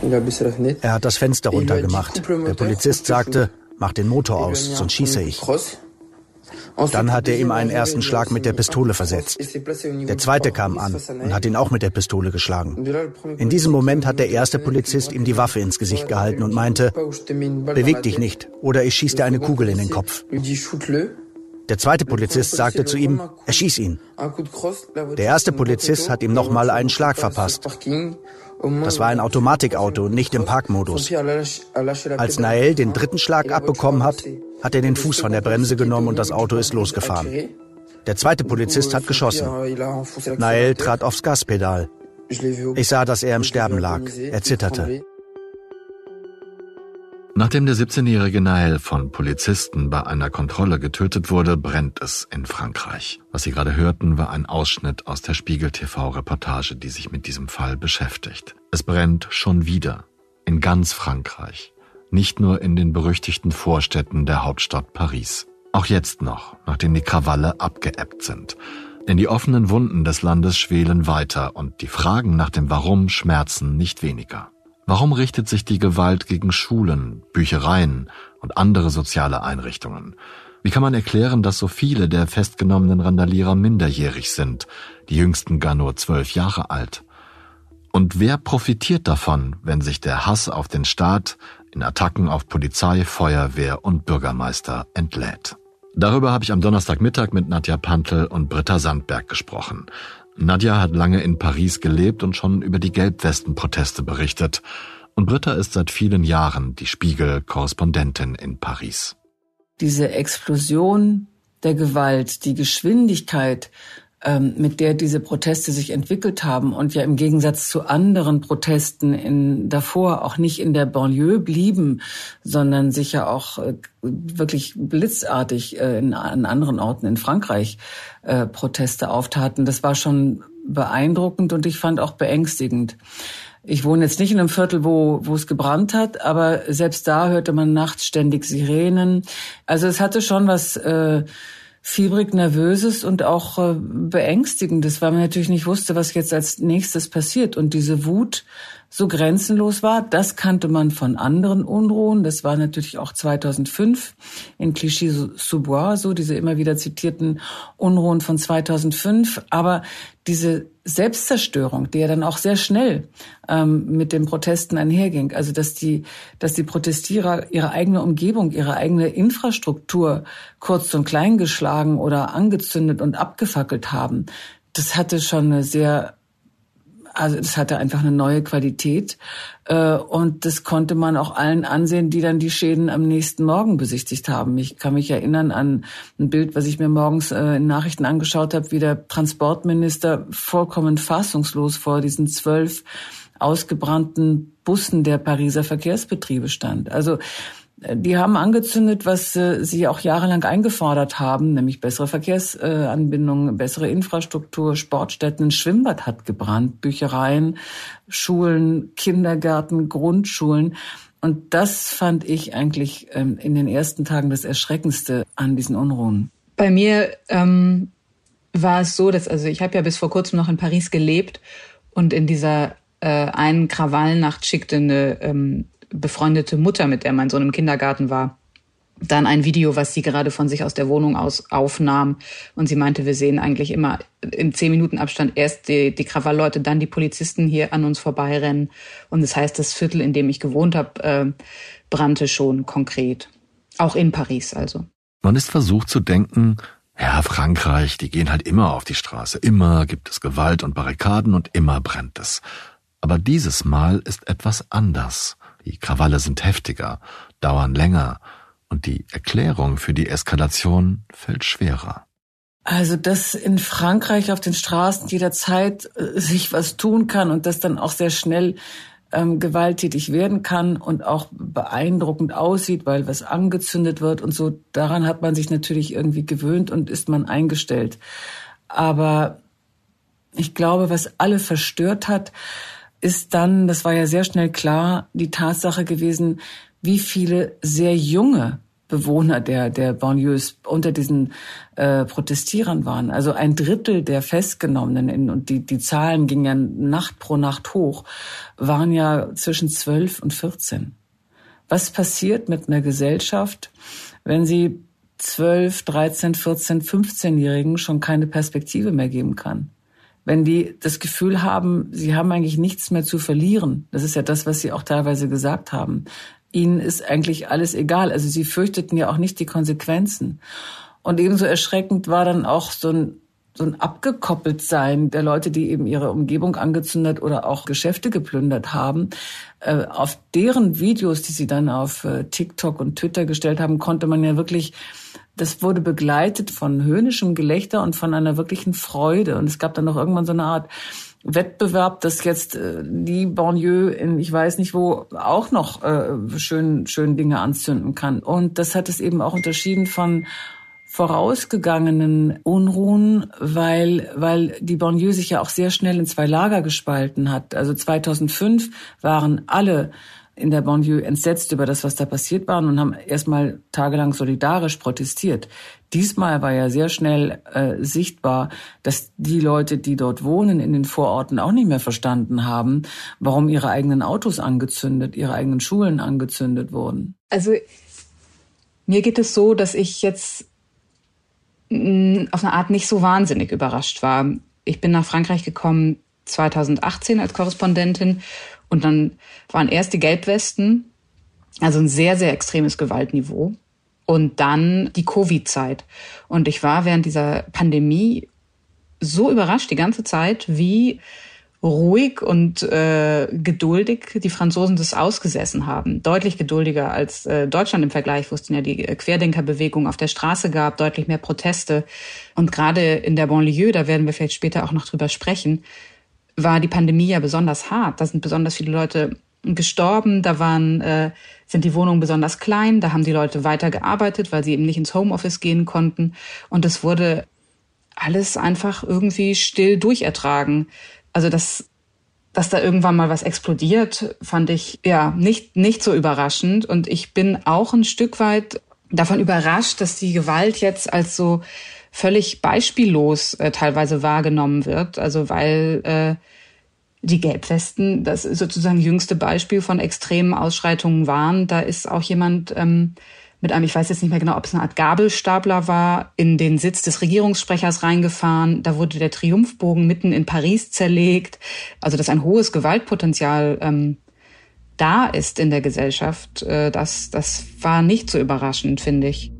Er hat das Fenster runtergemacht. Der Polizist sagte, mach den Motor aus, sonst schieße ich. Dann hat er ihm einen ersten Schlag mit der Pistole versetzt. Der zweite kam an und hat ihn auch mit der Pistole geschlagen. In diesem Moment hat der erste Polizist ihm die Waffe ins Gesicht gehalten und meinte, beweg dich nicht oder ich schieße dir eine Kugel in den Kopf. Der zweite Polizist sagte zu ihm, erschieß ihn. Der erste Polizist hat ihm nochmal einen Schlag verpasst. Das war ein Automatikauto, nicht im Parkmodus. Als Nael den dritten Schlag abbekommen hat, hat er den Fuß von der Bremse genommen und das Auto ist losgefahren. Der zweite Polizist hat geschossen. Nael trat aufs Gaspedal. Ich sah, dass er im Sterben lag. Er zitterte. Nachdem der 17-jährige Nael von Polizisten bei einer Kontrolle getötet wurde, brennt es in Frankreich. Was Sie gerade hörten, war ein Ausschnitt aus der Spiegel-TV-Reportage, die sich mit diesem Fall beschäftigt. Es brennt schon wieder. In ganz Frankreich. Nicht nur in den berüchtigten Vorstädten der Hauptstadt Paris. Auch jetzt noch, nachdem die Krawalle abgeebbt sind. Denn die offenen Wunden des Landes schwelen weiter und die Fragen nach dem Warum schmerzen nicht weniger. Warum richtet sich die Gewalt gegen Schulen, Büchereien und andere soziale Einrichtungen? Wie kann man erklären, dass so viele der festgenommenen Randalierer minderjährig sind, die jüngsten gar nur 12 Jahre alt? Und wer profitiert davon, wenn sich der Hass auf den Staat in Attacken auf Polizei, Feuerwehr und Bürgermeister entlädt? Darüber habe ich am Donnerstagmittag mit Nadja Pantl und Britta Sandberg gesprochen. Nadja hat lange in Paris gelebt und schon über die Gelbwesten-Proteste berichtet. Und Britta ist seit vielen Jahren die Spiegel-Korrespondentin in Paris. Diese Explosion der Gewalt, die Geschwindigkeit, mit der diese Proteste sich entwickelt haben und ja im Gegensatz zu anderen Protesten davor auch nicht in der Banlieue blieben, sondern sich ja auch wirklich blitzartig an anderen Orten in Frankreich Proteste auftaten. Das war schon beeindruckend und ich fand auch beängstigend. Ich wohne jetzt nicht in einem Viertel, wo es gebrannt hat, aber selbst da hörte man nachts ständig Sirenen. Also es hatte schon was fiebrig Nervöses und auch Beängstigendes, weil man natürlich nicht wusste, was jetzt als nächstes passiert. Und diese Wut so grenzenlos war, das kannte man von anderen Unruhen. Das war natürlich auch 2005 in Clichy-sous-Bois so, diese immer wieder zitierten Unruhen von 2005. Aber diese Selbstzerstörung, die ja dann auch sehr schnell mit den Protesten einherging, also dass die Protestierer ihre eigene Umgebung, ihre eigene Infrastruktur kurz und klein geschlagen oder angezündet und abgefackelt haben, das hatte schon das hatte einfach eine neue Qualität und das konnte man auch allen ansehen, die dann die Schäden am nächsten Morgen besichtigt haben. Ich kann mich erinnern an ein Bild, was ich mir morgens in Nachrichten angeschaut habe, wie der Transportminister vollkommen fassungslos vor diesen 12 ausgebrannten Bussen der Pariser Verkehrsbetriebe stand. Also die haben angezündet, was sie auch jahrelang eingefordert haben, nämlich bessere Verkehrsanbindungen, bessere Infrastruktur, Sportstätten. Ein Schwimmbad hat gebrannt, Büchereien, Schulen, Kindergärten, Grundschulen. Und das fand ich eigentlich in den ersten Tagen das Erschreckendste an diesen Unruhen. Bei mir war es so, dass ich habe ja bis vor kurzem noch in Paris gelebt und in dieser einen Krawallnacht schickte eine befreundete Mutter, mit der mein Sohn im Kindergarten war, dann ein Video, was sie gerade von sich aus der Wohnung aus aufnahm. Und sie meinte, wir sehen eigentlich immer in 10 Minuten Abstand erst die Krawallleute, dann die Polizisten hier an uns vorbeirennen. Und das heißt, das Viertel, in dem ich gewohnt habe, brannte schon konkret. Auch in Paris also. Man ist versucht zu denken, ja, Frankreich, die gehen halt immer auf die Straße. Immer gibt es Gewalt und Barrikaden und immer brennt es. Aber dieses Mal ist etwas anders. Die Krawalle sind heftiger, dauern länger und die Erklärung für die Eskalation fällt schwerer. Also, dass in Frankreich auf den Straßen jederzeit sich was tun kann und das dann auch sehr schnell gewalttätig werden kann und auch beeindruckend aussieht, weil was angezündet wird und so, daran hat man sich natürlich irgendwie gewöhnt und ist man eingestellt. Aber ich glaube, was alle verstört hat, ist dann, das war ja sehr schnell klar, die Tatsache gewesen, wie viele sehr junge Bewohner der Banlieues unter diesen Protestierern waren. Also 1/3 der Festgenommenen, und die Zahlen gingen ja Nacht pro Nacht hoch, waren ja zwischen 12 und 14. Was passiert mit einer Gesellschaft, wenn sie 12, 13, 14, 15-Jährigen schon keine Perspektive mehr geben kann? Wenn die das Gefühl haben, sie haben eigentlich nichts mehr zu verlieren. Das ist ja das, was sie auch teilweise gesagt haben. Ihnen ist eigentlich alles egal. Also sie fürchteten ja auch nicht die Konsequenzen. Und ebenso erschreckend war dann auch so ein Abgekoppeltsein der Leute, die eben ihre Umgebung angezündet oder auch Geschäfte geplündert haben. Auf deren Videos, die sie dann auf TikTok und Twitter gestellt haben, konnte man ja wirklich, das wurde begleitet von höhnischem Gelächter und von einer wirklichen Freude. Und es gab dann noch irgendwann so eine Art Wettbewerb, dass jetzt die Banlieue in ich weiß nicht wo auch noch schön Dinge anzünden kann. Und das hat es eben auch unterschieden von vorausgegangenen Unruhen, weil die Banlieue sich ja auch sehr schnell in 2 Lager gespalten hat. Also 2005 waren alle in der Banlieue entsetzt über das, was da passiert war, und haben erstmal tagelang solidarisch protestiert. Diesmal war ja sehr schnell sichtbar, dass die Leute, die dort wohnen in den Vororten, auch nicht mehr verstanden haben, warum ihre eigenen Autos angezündet, ihre eigenen Schulen angezündet wurden. Also mir geht es so, dass ich jetzt auf eine Art nicht so wahnsinnig überrascht war. Ich bin nach Frankreich gekommen 2018 als Korrespondentin, und dann waren erst die Gelbwesten, also ein sehr, sehr extremes Gewaltniveau, und dann die Covid-Zeit. Und ich war während dieser Pandemie so überrascht die ganze Zeit, wie ruhig und geduldig die Franzosen das ausgesessen haben. Deutlich geduldiger als Deutschland im Vergleich, wo es ja die Querdenkerbewegung auf der Straße gab, deutlich mehr Proteste. Und gerade in der Banlieue, da werden wir vielleicht später auch noch drüber sprechen, war die Pandemie ja besonders hart. Da sind besonders viele Leute gestorben, sind die Wohnungen besonders klein, da haben die Leute weiter gearbeitet, weil sie eben nicht ins Homeoffice gehen konnten. Und es wurde alles einfach irgendwie still durchertragen. Also dass da irgendwann mal was explodiert, fand ich ja nicht so überraschend. Und ich bin auch ein Stück weit davon überrascht, dass die Gewalt jetzt als so völlig beispiellos teilweise wahrgenommen wird. Also weil die Gelbwesten das sozusagen jüngste Beispiel von extremen Ausschreitungen waren. Da ist auch jemand mit einem, ich weiß jetzt nicht mehr genau, ob es eine Art Gabelstapler war, in den Sitz des Regierungssprechers reingefahren. Da wurde der Triumphbogen mitten in Paris zerlegt. Also dass ein hohes Gewaltpotenzial da ist in der Gesellschaft, das war nicht so überraschend, finde ich.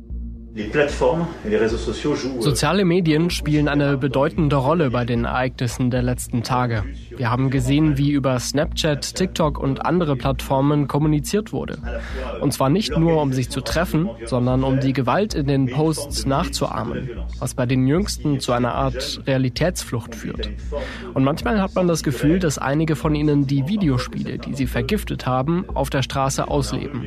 Soziale Medien spielen eine bedeutende Rolle bei den Ereignissen der letzten Tage. Wir haben gesehen, wie über Snapchat, TikTok und andere Plattformen kommuniziert wurde. Und zwar nicht nur, um sich zu treffen, sondern um die Gewalt in den Posts nachzuahmen, was bei den Jüngsten zu einer Art Realitätsflucht führt. Und manchmal hat man das Gefühl, dass einige von ihnen die Videospiele, die sie vergiftet haben, auf der Straße ausleben.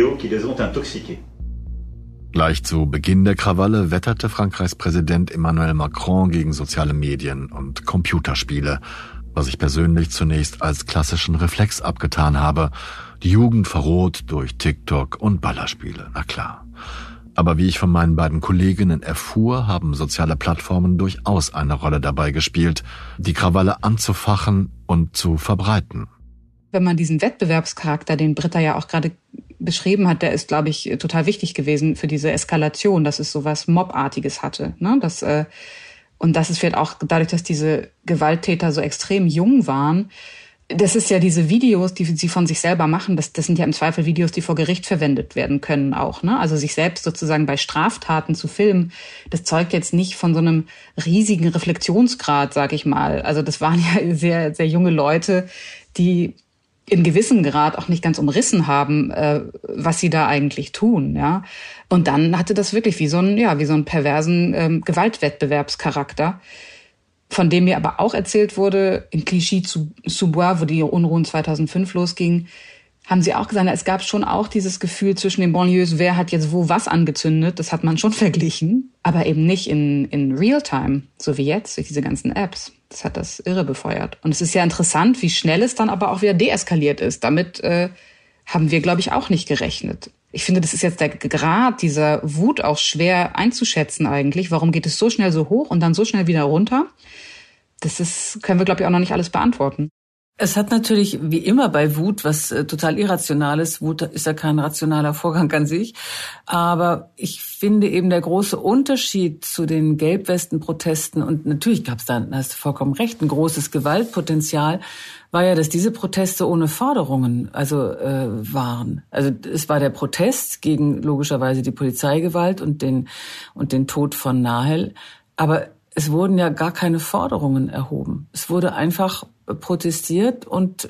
Gleich zu Beginn der Krawalle wetterte Frankreichs Präsident Emmanuel Macron gegen soziale Medien und Computerspiele, was ich persönlich zunächst als klassischen Reflex abgetan habe. Die Jugend verroht durch TikTok und Ballerspiele, na klar. Aber wie ich von meinen beiden Kolleginnen erfuhr, haben soziale Plattformen durchaus eine Rolle dabei gespielt, die Krawalle anzufachen und zu verbreiten. Wenn man diesen Wettbewerbscharakter, den Britta ja auch gerade beschrieben hat, der ist, glaube ich, total wichtig gewesen für diese Eskalation, dass es sowas Mobartiges hatte. Ne? Und das ist vielleicht auch dadurch, dass diese Gewalttäter so extrem jung waren. Das ist ja diese Videos, die sie von sich selber machen, das sind ja im Zweifel Videos, die vor Gericht verwendet werden können auch. Ne? Also sich selbst sozusagen bei Straftaten zu filmen, das zeugt jetzt nicht von so einem riesigen Reflexionsgrad, sag ich mal. Also das waren ja sehr, sehr junge Leute, die in gewissem Grad auch nicht ganz umrissen haben, was sie da eigentlich tun, ja. Und dann hatte das wirklich wie so einen perversen Gewaltwettbewerbscharakter, von dem mir aber auch erzählt wurde, in Clichy-sous-Bois, wo die Unruhen 2005 losgingen, haben sie auch gesagt, es gab schon auch dieses Gefühl zwischen den Banlieues, wer hat jetzt wo was angezündet, das hat man schon verglichen, aber eben nicht in Realtime, so wie jetzt, durch diese ganzen Apps. Das hat das irre befeuert. Und es ist ja interessant, wie schnell es dann aber auch wieder deeskaliert ist. Damit haben wir, glaube ich, auch nicht gerechnet. Ich finde, das ist jetzt der Grad dieser Wut auch schwer einzuschätzen eigentlich. Warum geht es so schnell so hoch und dann so schnell wieder runter? Können wir, glaube ich, auch noch nicht alles beantworten. Es hat natürlich, wie immer bei Wut, was total irrational ist. Wut ist ja kein rationaler Vorgang an sich. Aber ich finde eben der große Unterschied zu den Gelbwesten-Protesten, und natürlich gab es da, da hast du vollkommen recht, ein großes Gewaltpotenzial, war ja, dass diese Proteste ohne Forderungen waren. Also es war der Protest gegen logischerweise die Polizeigewalt und den Tod von Nahel. Aber es wurden ja gar keine Forderungen erhoben. Es wurde einfach protestiert und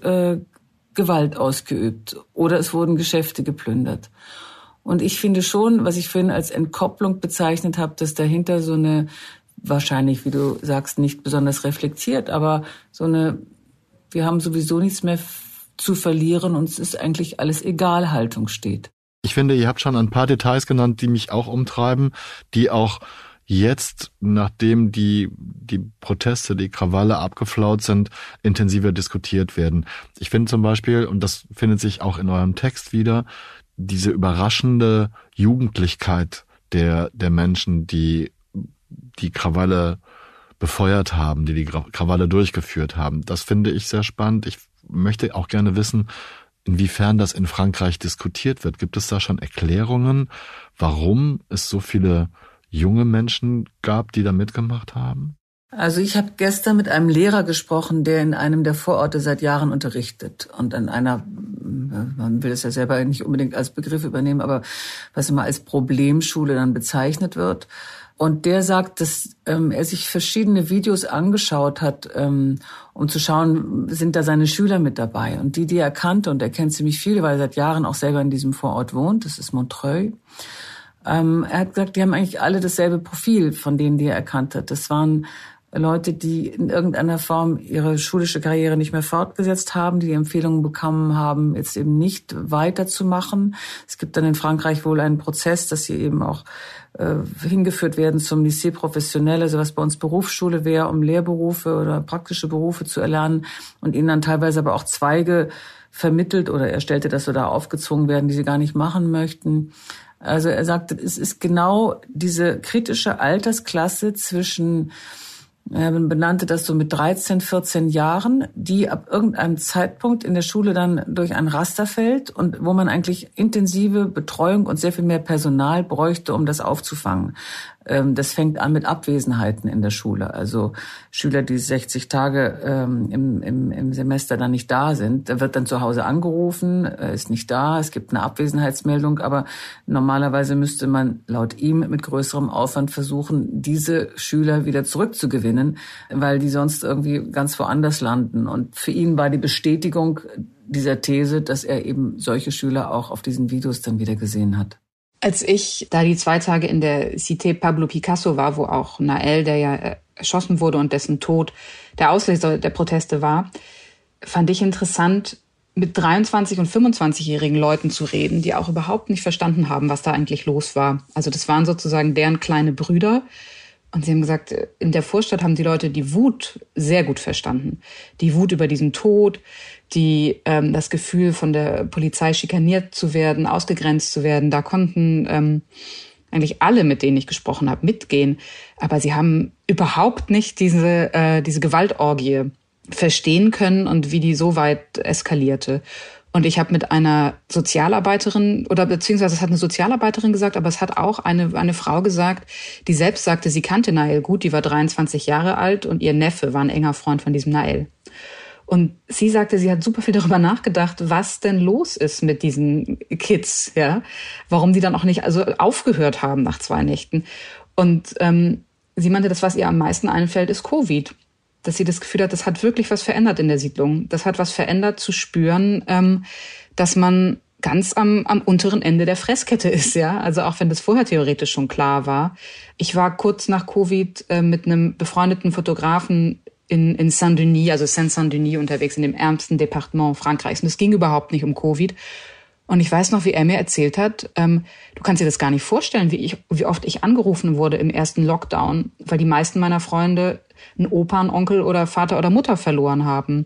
Gewalt ausgeübt. Oder es wurden Geschäfte geplündert. Und ich finde schon, was ich vorhin als Entkopplung bezeichnet habe, dass dahinter so eine, wahrscheinlich, wie du sagst, nicht besonders reflektiert, aber so eine, wir haben sowieso nichts mehr zu verlieren, uns ist eigentlich alles egal Haltung steht. Ich finde, ihr habt schon ein paar Details genannt, die mich auch umtreiben, die auch jetzt, nachdem die Proteste, die Krawalle abgeflaut sind, intensiver diskutiert werden. Ich finde zum Beispiel, und das findet sich auch in eurem Text wieder, diese überraschende Jugendlichkeit der Menschen, die Krawalle befeuert haben, die Krawalle durchgeführt haben. Das finde ich sehr spannend. Ich möchte auch gerne wissen, inwiefern das in Frankreich diskutiert wird. Gibt es da schon Erklärungen, warum es so viele junge Menschen gab, die da mitgemacht haben? Also ich habe gestern mit einem Lehrer gesprochen, der in einem der Vororte seit Jahren unterrichtet und an einer, man will es ja selber nicht unbedingt als Begriff übernehmen, aber was immer als Problemschule dann bezeichnet wird. Und der sagt, dass er sich verschiedene Videos angeschaut hat, um zu schauen, sind da seine Schüler mit dabei. Und die er kannte, und er kennt ziemlich viele, weil er seit Jahren auch selber in diesem Vorort wohnt, das ist Montreuil. Er hat gesagt, die haben eigentlich alle dasselbe Profil von denen, die er erkannt hat. Das waren Leute, die in irgendeiner Form ihre schulische Karriere nicht mehr fortgesetzt haben, die Empfehlungen bekommen haben, jetzt eben nicht weiterzumachen. Es gibt dann in Frankreich wohl einen Prozess, dass sie eben auch hingeführt werden zum Lycée professionnel, also was bei uns Berufsschule wäre, um Lehrberufe oder praktische Berufe zu erlernen, und ihnen dann teilweise aber auch Zweige vermittelt oder er stellte, dass so da aufgezwungen werden, die sie gar nicht machen möchten. Also er sagte, es ist genau diese kritische Altersklasse zwischen, er benannte das so mit 13, 14 Jahren, die ab irgendeinem Zeitpunkt in der Schule dann durch ein Raster fällt und wo man eigentlich intensive Betreuung und sehr viel mehr Personal bräuchte, um das aufzufangen. Das fängt an mit Abwesenheiten in der Schule. Also Schüler, die 60 Tage im Semester dann nicht da sind, da wird dann zu Hause angerufen, ist nicht da, es gibt eine Abwesenheitsmeldung, aber normalerweise müsste man laut ihm mit größerem Aufwand versuchen, diese Schüler wieder zurückzugewinnen, weil die sonst irgendwie ganz woanders landen. Und für ihn war die Bestätigung dieser These, dass er eben solche Schüler auch auf diesen Videos dann wieder gesehen hat. Als ich da die 2 Tage in der Cité Pablo Picasso war, wo auch Nahel, der ja erschossen wurde und dessen Tod der Auslöser der Proteste war, fand ich interessant, mit 23- und 25-jährigen Leuten zu reden, die auch überhaupt nicht verstanden haben, was da eigentlich los war. Also das waren sozusagen deren kleine Brüder. Und sie haben gesagt, in der Vorstadt haben die Leute die Wut sehr gut verstanden. Die Wut über diesen Tod, das Gefühl, von der Polizei schikaniert zu werden, ausgegrenzt zu werden. Da konnten eigentlich alle, mit denen ich gesprochen habe, mitgehen. Aber sie haben überhaupt nicht diese Gewaltorgie verstehen können und wie die so weit eskalierte. Und ich habe mit einer Sozialarbeiterin, oder beziehungsweise es hat eine Sozialarbeiterin gesagt, aber es hat auch eine Frau gesagt, die selbst sagte, sie kannte Nahel gut, die war 23 Jahre alt und ihr Neffe war ein enger Freund von diesem Nahel. Und sie sagte, sie hat super viel darüber nachgedacht, was denn los ist mit diesen Kids, ja, warum die dann auch nicht aufgehört haben nach 2 Nächten. Und sie meinte, das, was ihr am meisten einfällt, ist Covid. Dass sie das Gefühl hat, das hat wirklich was verändert in der Siedlung. Das hat was verändert zu spüren, dass man ganz am unteren Ende der Fresskette ist, ja. Also auch wenn das vorher theoretisch schon klar war. Ich war kurz nach Covid mit einem befreundeten Fotografen in Saint-Denis, also Seine-Saint-Denis unterwegs, in dem ärmsten Departement Frankreichs. Und es ging überhaupt nicht um Covid. Und ich weiß noch, wie er mir erzählt hat, du kannst dir das gar nicht vorstellen, wie oft ich angerufen wurde im ersten Lockdown, weil die meisten meiner Freunde einen Opa, einen Onkel oder Vater oder Mutter verloren haben.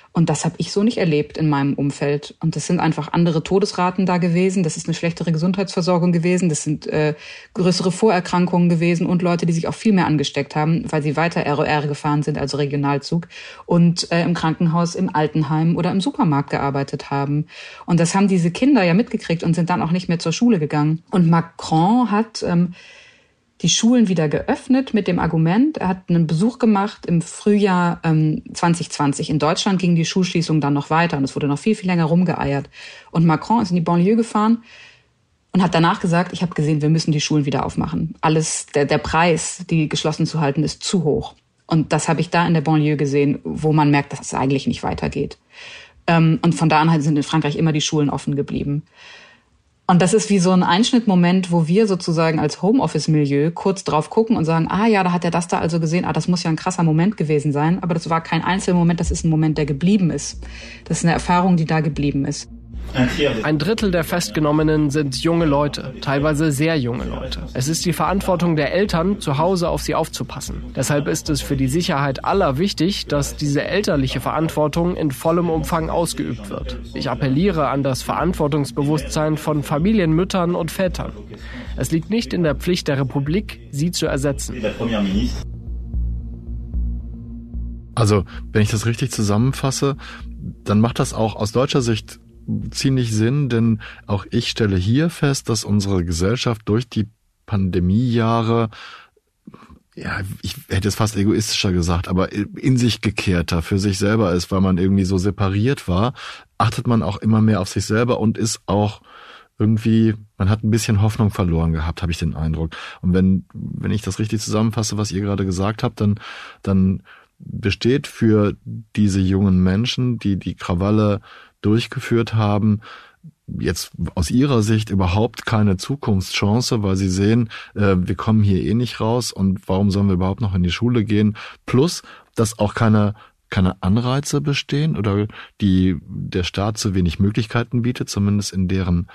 Und das habe ich so nicht erlebt in meinem Umfeld. Und das sind einfach andere Todesraten da gewesen. Das ist eine schlechtere Gesundheitsversorgung gewesen. Das sind größere Vorerkrankungen gewesen und Leute, die sich auch viel mehr angesteckt haben, weil sie weiter RER gefahren sind, also Regionalzug, und im Krankenhaus, im Altenheim oder im Supermarkt gearbeitet haben. Und das haben diese Kinder ja mitgekriegt und sind dann auch nicht mehr zur Schule gegangen. Und Macron hat die Schulen wieder geöffnet mit dem Argument, er hat einen Besuch gemacht im Frühjahr 2020. In Deutschland ging die Schulschließung dann noch weiter und es wurde noch viel, viel länger rumgeeiert. Und Macron ist in die Banlieue gefahren und hat danach gesagt, ich habe gesehen, wir müssen die Schulen wieder aufmachen. Alles, der Preis, die geschlossen zu halten, ist zu hoch. Und das habe ich da in der Banlieue gesehen, wo man merkt, dass es eigentlich nicht weitergeht. Und von da an sind in Frankreich immer die Schulen offen geblieben. Und das ist wie so ein Einschnittmoment, wo wir sozusagen als Homeoffice-Milieu kurz drauf gucken und sagen, ja, da hat er das da also gesehen, das muss ja ein krasser Moment gewesen sein. Aber das war kein Einzelmoment, das ist ein Moment, der geblieben ist. Das ist eine Erfahrung, die da geblieben ist. Ein Drittel der Festgenommenen sind junge Leute, teilweise sehr junge Leute. Es ist die Verantwortung der Eltern, zu Hause auf sie aufzupassen. Deshalb ist es für die Sicherheit aller wichtig, dass diese elterliche Verantwortung in vollem Umfang ausgeübt wird. Ich appelliere an das Verantwortungsbewusstsein von Familienmüttern und Vätern. Es liegt nicht in der Pflicht der Republik, sie zu ersetzen. Also, wenn ich das richtig zusammenfasse, dann macht das auch aus deutscher Sicht ziemlich Sinn, denn auch ich stelle hier fest, dass unsere Gesellschaft durch die Pandemiejahre, ich hätte es fast egoistischer gesagt, aber in sich gekehrter für sich selber ist, weil man irgendwie so separiert war, achtet man auch immer mehr auf sich selber und ist auch irgendwie, man hat ein bisschen Hoffnung verloren gehabt, habe ich den Eindruck. Und wenn ich das richtig zusammenfasse, was ihr gerade gesagt habt, dann besteht für diese jungen Menschen, die Krawalle durchgeführt haben, jetzt aus ihrer Sicht überhaupt keine Zukunftschance, weil sie sehen, wir kommen hier eh nicht raus und warum sollen wir überhaupt noch in die Schule gehen? Plus, dass auch keine Anreize bestehen oder der Staat zu wenig Möglichkeiten bietet, zumindest in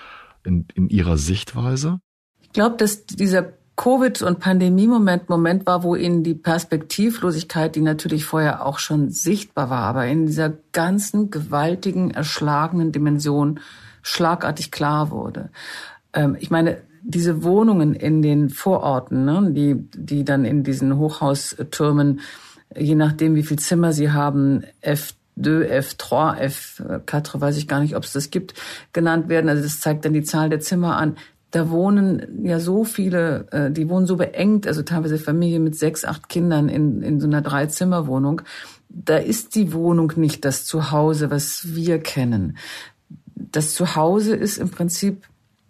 ihrer Sichtweise. Ich glaube, dass dieser Covid- und Pandemie-Moment war, wo ihnen die Perspektivlosigkeit, die natürlich vorher auch schon sichtbar war, aber in dieser ganzen gewaltigen, erschlagenen Dimension schlagartig klar wurde. Ich meine, diese Wohnungen in den Vororten, ne, die dann in diesen Hochhaustürmen, je nachdem wie viel Zimmer sie haben, F2, F3, F4, weiß ich gar nicht, ob es das gibt, genannt werden. Also das zeigt dann die Zahl der Zimmer an. Da wohnen ja so viele, die wohnen so beengt, also teilweise Familien mit 6, 8 Kindern in so einer 3-Zimmer-Wohnung. Da ist die Wohnung nicht das Zuhause, was wir kennen. Das Zuhause ist im Prinzip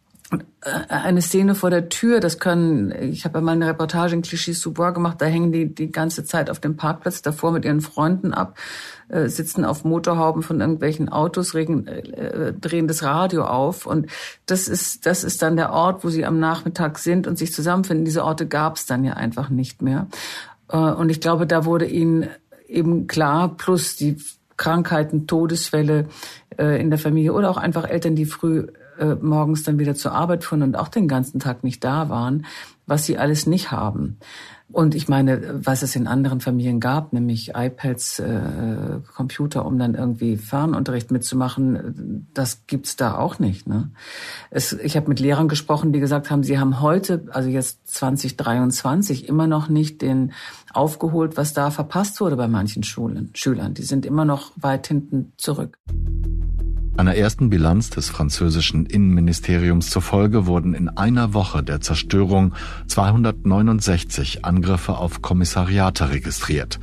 eine Szene vor der Tür. Ich habe ja mal eine Reportage in Clichy-sous-Bois gemacht, da hängen die ganze Zeit auf dem Parkplatz davor mit ihren Freunden ab, sitzen auf Motorhauben von irgendwelchen Autos, drehen das Radio auf und das ist dann der Ort, wo sie am Nachmittag sind und sich zusammenfinden. Diese Orte gab es dann ja einfach nicht mehr. Und ich glaube, da wurde ihnen eben klar, plus die Krankheiten, Todesfälle in der Familie oder auch einfach Eltern, die früh morgens dann wieder zur Arbeit fuhren und auch den ganzen Tag nicht da waren, was sie alles nicht haben. Und ich meine, was es in anderen Familien gab, nämlich iPads, Computer, um dann irgendwie Fernunterricht mitzumachen, das gibt's da auch nicht. Ne? Ich habe mit Lehrern gesprochen, die gesagt haben, sie haben heute, also jetzt 2023, immer noch nicht den aufgeholt, was da verpasst wurde bei manchen Schülern. Die sind immer noch weit hinten zurück. Einer ersten Bilanz des französischen Innenministeriums zufolge wurden in einer Woche der Zerstörung 269 Angriffe auf Kommissariate registriert,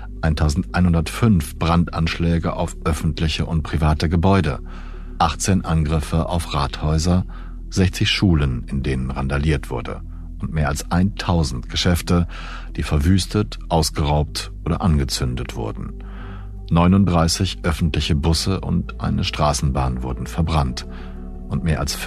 1105 Brandanschläge auf öffentliche und private Gebäude, 18 Angriffe auf Rathäuser, 60 Schulen, in denen randaliert wurde und mehr als 1000 Geschäfte, die verwüstet, ausgeraubt oder angezündet wurden. 39 öffentliche Busse und eine Straßenbahn wurden verbrannt und mehr als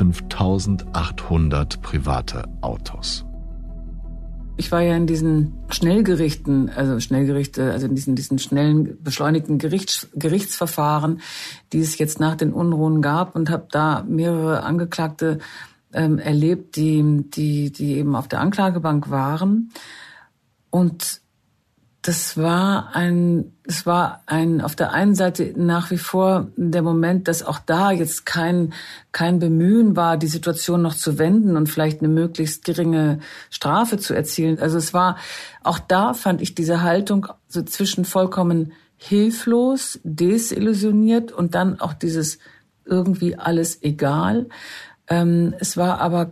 5800 private Autos. Ich war ja in diesen Schnellgerichte, also in diesen schnellen, beschleunigten Gerichtsverfahren, die es jetzt nach den Unruhen gab und habe da mehrere Angeklagte erlebt, die eben auf der Anklagebank waren. Und es war auf der einen Seite nach wie vor der Moment, dass auch da jetzt kein Bemühen war, die Situation noch zu wenden und vielleicht eine möglichst geringe Strafe zu erzielen. Also es war, auch da fand ich diese Haltung so zwischen vollkommen hilflos, desillusioniert und dann auch dieses irgendwie alles egal. Es war aber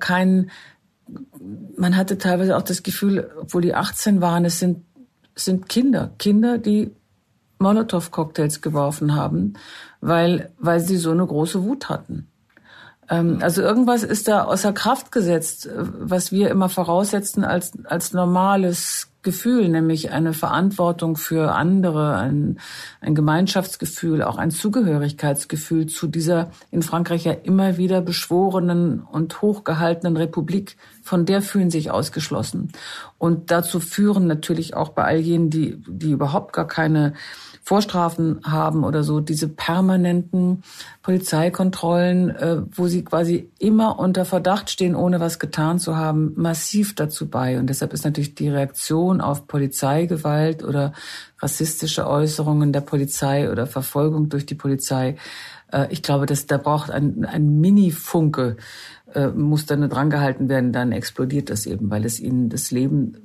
man hatte teilweise auch das Gefühl, obwohl die 18 waren, es sind Kinder, die Molotow-Cocktails geworfen haben, weil sie so eine große Wut hatten. Also irgendwas ist da außer Kraft gesetzt, was wir immer voraussetzen als normales Gefühl, nämlich eine Verantwortung für andere, ein Gemeinschaftsgefühl, auch ein Zugehörigkeitsgefühl zu dieser in Frankreich ja immer wieder beschworenen und hochgehaltenen Republik. Von der fühlen sich ausgeschlossen. Und dazu führen natürlich auch bei all jenen, die überhaupt gar keine Vorstrafen haben oder so, diese permanenten Polizeikontrollen, wo sie quasi immer unter Verdacht stehen, ohne was getan zu haben, massiv dazu bei. Und deshalb ist natürlich die Reaktion auf Polizeigewalt oder rassistische Äußerungen der Polizei oder Verfolgung durch die Polizei, ich glaube, da braucht ein Mini-Funke, muss dann dran gehalten werden, dann explodiert das eben, weil es ihnen das Leben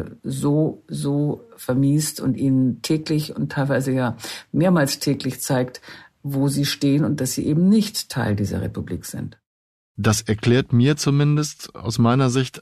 so vermiest und ihnen täglich und teilweise ja mehrmals täglich zeigt, wo sie stehen und dass sie eben nicht Teil dieser Republik sind. Das erklärt mir zumindest aus meiner Sicht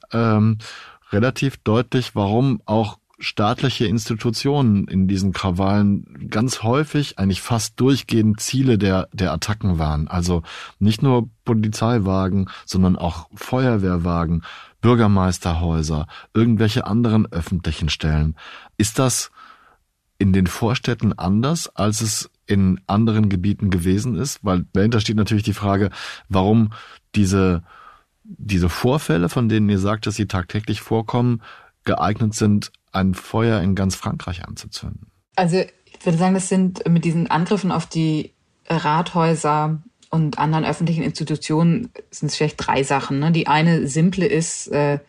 relativ deutlich, warum auch staatliche Institutionen in diesen Krawallen ganz häufig, eigentlich fast durchgehend Ziele der Attacken waren. Also nicht nur Polizeiwagen, sondern auch Feuerwehrwagen, Bürgermeisterhäuser, irgendwelche anderen öffentlichen Stellen. Ist das in den Vorstädten anders, als es in anderen Gebieten gewesen ist? Weil dahinter steht natürlich die Frage, warum diese Vorfälle, von denen ihr sagt, dass sie tagtäglich vorkommen, geeignet sind, ein Feuer in ganz Frankreich anzuzünden. Also ich würde sagen, das sind mit diesen Angriffen auf die Rathäuser und anderen öffentlichen Institutionen sind es vielleicht 3 Sachen. Ne? Die eine simple ist,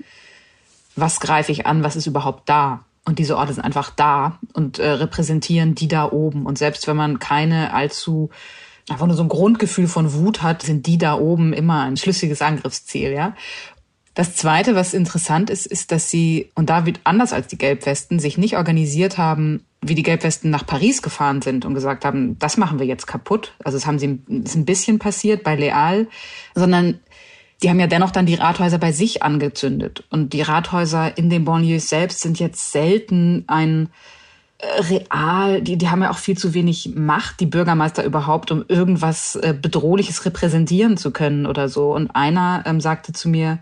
was greife ich an, was ist überhaupt da? Und diese Orte sind einfach da und repräsentieren die da oben. Und selbst wenn man einfach nur so ein Grundgefühl von Wut hat, sind die da oben immer ein schlüssiges Angriffsziel, ja. Das Zweite, was interessant ist, dass sie, und da wird anders als die Gelbwesten, sich nicht organisiert haben, wie die Gelbwesten nach Paris gefahren sind und gesagt haben, das machen wir jetzt kaputt. Also ist ein bisschen passiert bei Leal, sondern die haben ja dennoch dann die Rathäuser bei sich angezündet. Und die Rathäuser in den Banlieues selbst sind jetzt selten ein die haben ja auch viel zu wenig Macht, die Bürgermeister überhaupt, um irgendwas Bedrohliches repräsentieren zu können oder so. Und einer sagte zu mir,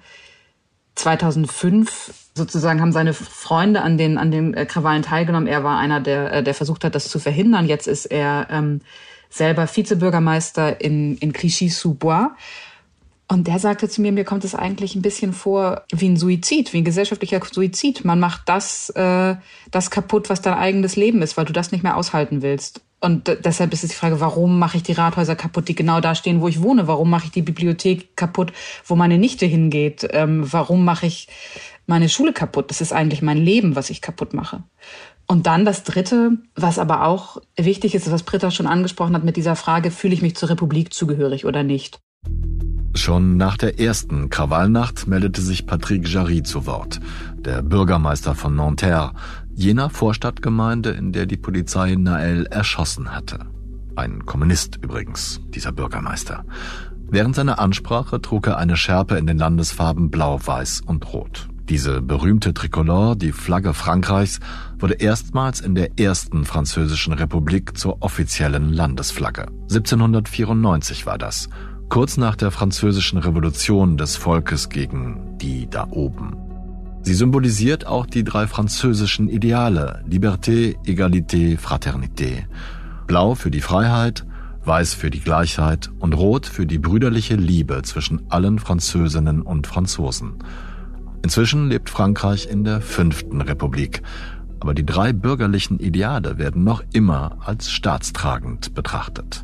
2005 sozusagen haben seine Freunde an den Krawallen teilgenommen. Er war einer, der versucht hat, das zu verhindern. Jetzt ist er selber Vizebürgermeister in Clichy-sous-Bois. Und der sagte zu mir kommt es eigentlich ein bisschen vor wie ein Suizid, wie ein gesellschaftlicher Suizid. Man macht das kaputt, was dein eigenes Leben ist, weil du das nicht mehr aushalten willst. Und deshalb ist es die Frage, warum mache ich die Rathäuser kaputt, die genau da stehen, wo ich wohne? Warum mache ich die Bibliothek kaputt, wo meine Nichte hingeht? Warum mache ich meine Schule kaputt? Das ist eigentlich mein Leben, was ich kaputt mache. Und dann das Dritte, was aber auch wichtig ist, was Britta schon angesprochen hat mit dieser Frage, fühle ich mich zur Republik zugehörig oder nicht? Schon nach der ersten Krawallnacht meldete sich Patrick Jarry zu Wort, der Bürgermeister von Nanterre, jener Vorstadtgemeinde, in der die Polizei Naël erschossen hatte. Ein Kommunist übrigens, dieser Bürgermeister. Während seiner Ansprache trug er eine Schärpe in den Landesfarben Blau, Weiß und Rot. Diese berühmte Tricolore, die Flagge Frankreichs, wurde erstmals in der ersten französischen Republik zur offiziellen Landesflagge. 1794 war das. Kurz nach der französischen Revolution des Volkes gegen die da oben. Sie symbolisiert auch die 3 französischen Ideale, Liberté, Égalité, Fraternité. Blau für die Freiheit, Weiß für die Gleichheit und Rot für die brüderliche Liebe zwischen allen Französinnen und Franzosen. Inzwischen lebt Frankreich in der 5. Republik, aber die 3 bürgerlichen Ideale werden noch immer als staatstragend betrachtet.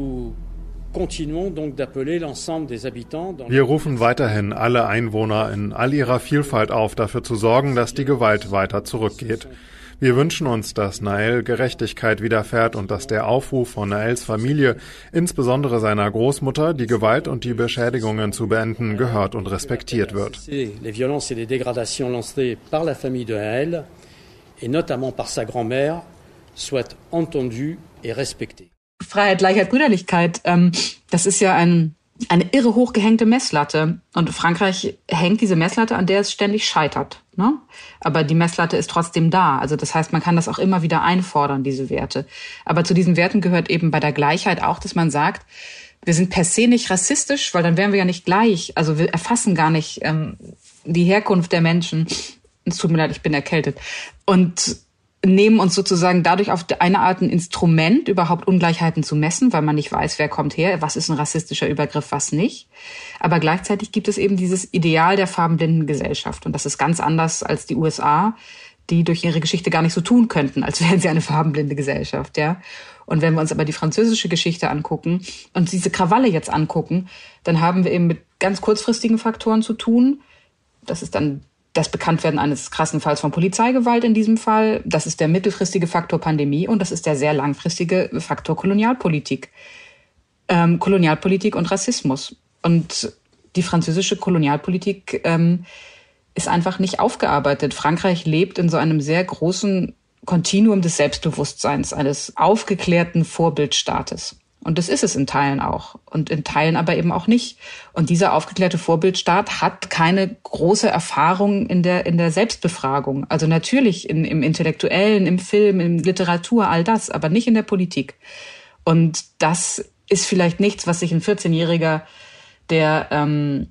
Wir rufen weiterhin alle Einwohner in all ihrer Vielfalt auf, dafür zu sorgen, dass die Gewalt weiter zurückgeht. Wir wünschen uns, dass Naël Gerechtigkeit widerfährt und dass der Aufruf von Naëls Familie, insbesondere seiner Großmutter, die Gewalt und die Beschädigungen zu beenden, gehört und respektiert wird. Les violences et les dégradations lancées par la famille de Naël et notamment par sa grand-mère soient entendues et respectées. Freiheit, Gleichheit, Brüderlichkeit, das ist ja eine irre hochgehängte Messlatte. Und Frankreich hängt diese Messlatte, an der es ständig scheitert. Ne? Aber die Messlatte ist trotzdem da. Also das heißt, man kann das auch immer wieder einfordern, diese Werte. Aber zu diesen Werten gehört eben bei der Gleichheit auch, dass man sagt, wir sind per se nicht rassistisch, weil dann wären wir ja nicht gleich. Also wir erfassen gar nicht die Herkunft der Menschen. Es tut mir leid, ich bin erkältet. Und nehmen uns sozusagen dadurch auf eine Art ein Instrument, überhaupt Ungleichheiten zu messen, weil man nicht weiß, wer kommt her, was ist ein rassistischer Übergriff, was nicht. Aber gleichzeitig gibt es eben dieses Ideal der farbenblinden Gesellschaft. Und das ist ganz anders als die USA, die durch ihre Geschichte gar nicht so tun könnten, als wären sie eine farbenblinde Gesellschaft, ja. Und wenn wir uns aber die französische Geschichte angucken und diese Krawalle jetzt angucken, dann haben wir eben mit ganz kurzfristigen Faktoren zu tun. Das ist dann das Bekanntwerden eines krassen Falls von Polizeigewalt in diesem Fall. Das ist der mittelfristige Faktor Pandemie und das ist der sehr langfristige Faktor Kolonialpolitik. Kolonialpolitik und Rassismus. Und die französische Kolonialpolitik ist einfach nicht aufgearbeitet. Frankreich lebt in so einem sehr großen Kontinuum des Selbstbewusstseins, eines aufgeklärten Vorbildstaates. Und das ist es in Teilen auch. Und in Teilen aber eben auch nicht. Und dieser aufgeklärte Vorbildstaat hat keine große Erfahrung in der Selbstbefragung. Also natürlich im Intellektuellen, im Film, in Literatur, all das, aber nicht in der Politik. Und das ist vielleicht nichts, was sich ein 14-Jähriger, der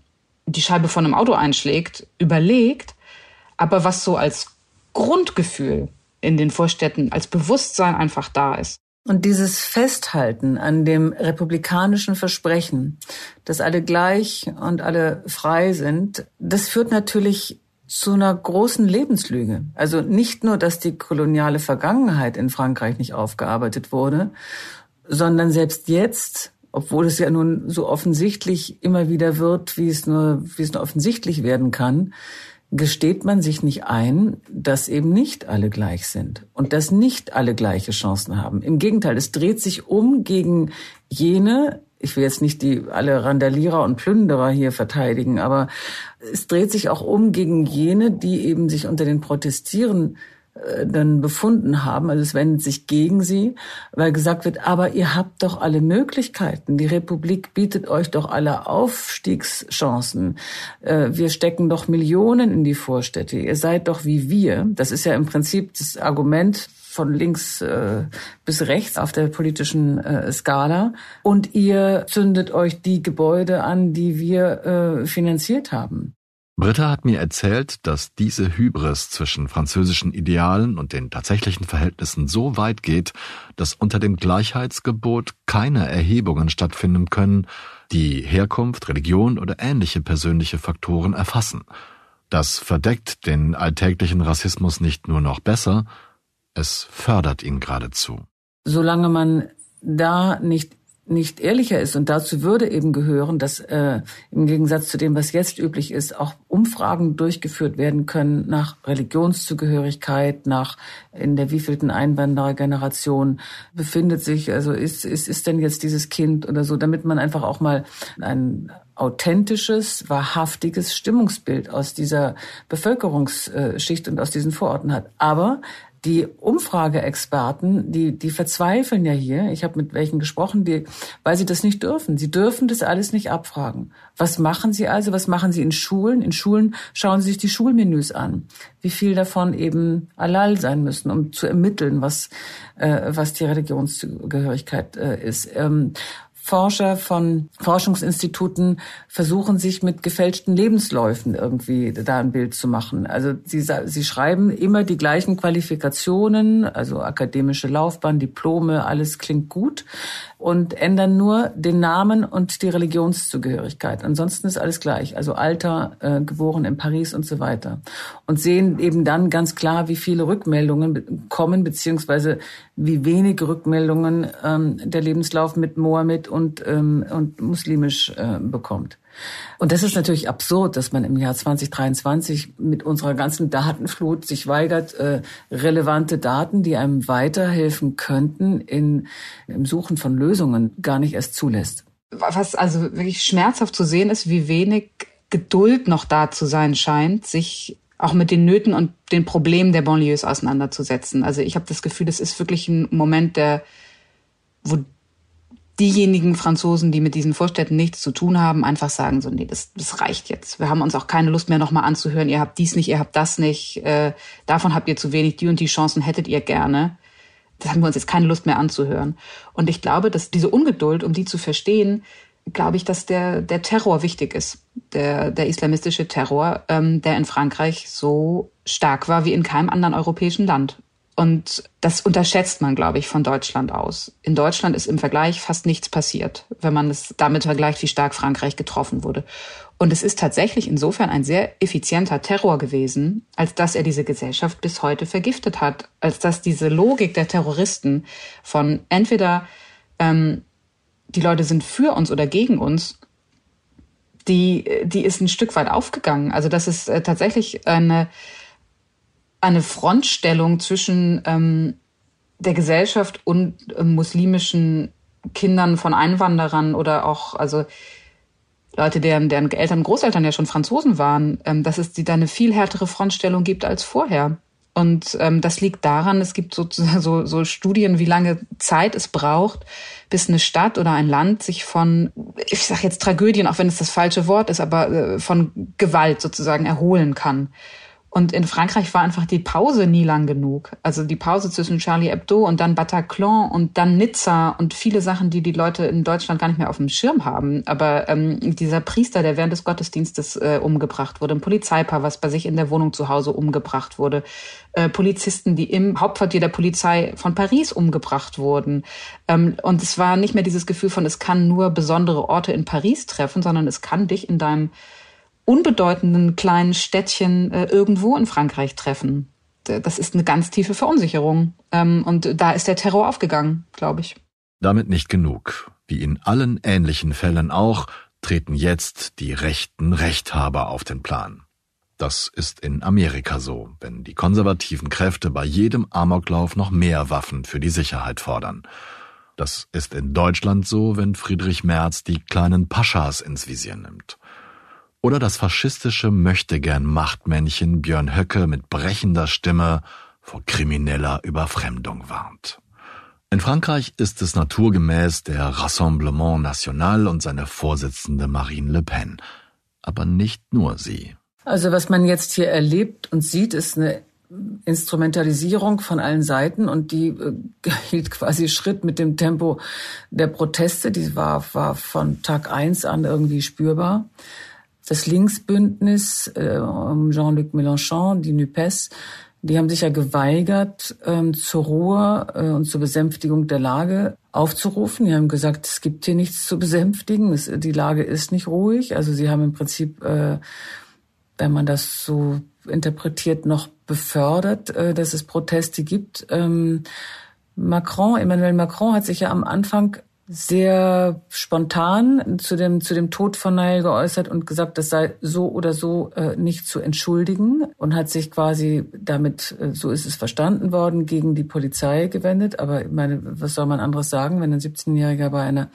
die Scheibe von einem Auto einschlägt, überlegt, aber was so als Grundgefühl in den Vorstädten, als Bewusstsein einfach da ist. Und dieses Festhalten an dem republikanischen Versprechen, dass alle gleich und alle frei sind, das führt natürlich zu einer großen Lebenslüge. Also nicht nur, dass die koloniale Vergangenheit in Frankreich nicht aufgearbeitet wurde, sondern selbst jetzt, obwohl es ja nun so offensichtlich immer wieder wird, wie es nur offensichtlich werden kann, gesteht man sich nicht ein, dass eben nicht alle gleich sind und dass nicht alle gleiche Chancen haben. Im Gegenteil, es dreht sich um gegen jene, ich will jetzt nicht alle Randalierer und Plünderer hier verteidigen, aber es dreht sich auch um gegen jene, die eben sich unter den Protestierenden dann befunden haben, also es wendet sich gegen sie, weil gesagt wird, aber ihr habt doch alle Möglichkeiten, die Republik bietet euch doch alle Aufstiegschancen, wir stecken doch Millionen in die Vorstädte, ihr seid doch wie wir, das ist ja im Prinzip das Argument von links bis rechts auf der politischen Skala und ihr zündet euch die Gebäude an, die wir finanziert haben. Britta hat mir erzählt, dass diese Hybris zwischen französischen Idealen und den tatsächlichen Verhältnissen so weit geht, dass unter dem Gleichheitsgebot keine Erhebungen stattfinden können, die Herkunft, Religion oder ähnliche persönliche Faktoren erfassen. Das verdeckt den alltäglichen Rassismus nicht nur noch besser, es fördert ihn geradezu. Solange man da nicht ehrlicher ist, und dazu würde eben gehören, dass im Gegensatz zu dem, was jetzt üblich ist, auch Umfragen durchgeführt werden können nach Religionszugehörigkeit, nach in der wievielten Einwanderergeneration befindet sich, also ist denn jetzt dieses Kind oder so, damit man einfach auch mal ein authentisches, wahrhaftiges Stimmungsbild aus dieser Bevölkerungsschicht und aus diesen Vororten hat. Aber die Umfrageexperten, die verzweifeln ja hier. Ich habe mit welchen gesprochen, weil sie das nicht dürfen. Sie dürfen das alles nicht abfragen. Was machen sie also? Was machen sie in Schulen? In Schulen schauen sie sich die Schulmenüs an. Wie viel davon eben halal sein müssen, um zu ermitteln, was die Religionszugehörigkeit ist. Forscher von Forschungsinstituten versuchen sich mit gefälschten Lebensläufen irgendwie da ein Bild zu machen. Also sie schreiben immer die gleichen Qualifikationen, also akademische Laufbahn, Diplome, alles klingt gut und ändern nur den Namen und die Religionszugehörigkeit. Ansonsten ist alles gleich, also Alter, geboren in Paris und so weiter. Und sehen eben dann ganz klar, wie viele Rückmeldungen kommen, beziehungsweise wie wenige Rückmeldungen der Lebenslauf mit Mohammed und muslimisch bekommt. Und das ist natürlich absurd, dass man im Jahr 2023 mit unserer ganzen Datenflut sich weigert, relevante Daten, die einem weiterhelfen könnten im Suchen von Lösungen, gar nicht erst zulässt. Was also wirklich schmerzhaft zu sehen ist, wie wenig Geduld noch da zu sein scheint, sich auch mit den Nöten und den Problemen der Banlieues auseinanderzusetzen. Also ich habe das Gefühl, das ist wirklich ein Moment, wo diejenigen Franzosen, die mit diesen Vorstädten nichts zu tun haben, einfach sagen so, nee, das reicht jetzt. Wir haben uns auch keine Lust mehr nochmal anzuhören, ihr habt dies nicht, ihr habt das nicht, davon habt ihr zu wenig, die und die Chancen hättet ihr gerne. Das haben wir uns jetzt keine Lust mehr anzuhören. Und ich glaube, dass diese Ungeduld, um die zu verstehen, glaube ich, dass der Terror wichtig ist. Der islamistische Terror, der in Frankreich so stark war wie in keinem anderen europäischen Land. Und das unterschätzt man, glaube ich, von Deutschland aus. In Deutschland ist im Vergleich fast nichts passiert, wenn man es damit vergleicht, wie stark Frankreich getroffen wurde. Und es ist tatsächlich insofern ein sehr effizienter Terror gewesen, als dass er diese Gesellschaft bis heute vergiftet hat. Als dass diese Logik der Terroristen von entweder die Leute sind für uns oder gegen uns, die ist ein Stück weit aufgegangen. Also das ist tatsächlich eine Frontstellung zwischen der Gesellschaft und muslimischen Kindern von Einwanderern oder auch also Leute, deren Eltern und Großeltern ja schon Franzosen waren, dass es da eine viel härtere Frontstellung gibt als vorher. Und das liegt daran, es gibt sozusagen so Studien, wie lange Zeit es braucht, bis eine Stadt oder ein Land sich von, ich sage jetzt Tragödien, auch wenn es das falsche Wort ist, aber von Gewalt sozusagen erholen kann. Und in Frankreich war einfach die Pause nie lang genug. Also die Pause zwischen Charlie Hebdo und dann Bataclan und dann Nizza und viele Sachen, die Leute in Deutschland gar nicht mehr auf dem Schirm haben. Aber dieser Priester, der während des Gottesdienstes umgebracht wurde, ein Polizeipaar, was bei sich in der Wohnung zu Hause umgebracht wurde, Polizisten, die im Hauptquartier der Polizei von Paris umgebracht wurden. Und es war nicht mehr dieses Gefühl von, es kann nur besondere Orte in Paris treffen, sondern es kann dich in deinem unbedeutenden kleinen Städtchen irgendwo in Frankreich treffen. Das ist eine ganz tiefe Verunsicherung. Und da ist der Terror aufgegangen, glaube ich. Damit nicht genug. Wie in allen ähnlichen Fällen auch, treten jetzt die rechten Rechthaber auf den Plan. Das ist in Amerika so, wenn die konservativen Kräfte bei jedem Amoklauf noch mehr Waffen für die Sicherheit fordern. Das ist in Deutschland so, wenn Friedrich Merz die kleinen Paschas ins Visier nimmt. Oder das faschistische Möchtegern-Machtmännchen Björn Höcke mit brechender Stimme vor krimineller Überfremdung warnt. In Frankreich ist es naturgemäß der Rassemblement National und seine Vorsitzende Marine Le Pen. Aber nicht nur sie. Also was man jetzt hier erlebt und sieht, ist eine Instrumentalisierung von allen Seiten und die hielt quasi Schritt mit dem Tempo der Proteste. Die war von Tag 1 an irgendwie spürbar. Das Linksbündnis Jean-Luc Mélenchon, die NUPES, die haben sich ja geweigert, zur Ruhe und zur Besänftigung der Lage aufzurufen. Die haben gesagt, es gibt hier nichts zu besänftigen, die Lage ist nicht ruhig. Also sie haben im Prinzip, wenn man das so interpretiert, noch befördert, dass es Proteste gibt. Emmanuel Macron hat sich ja am Anfang sehr spontan zu dem Tod von Nahel geäußert und gesagt, das sei so oder so nicht zu entschuldigen und hat sich quasi damit, so ist es verstanden worden, gegen die Polizei gewendet. Aber ich meine, was soll man anderes sagen, wenn ein 17-Jähriger bei einer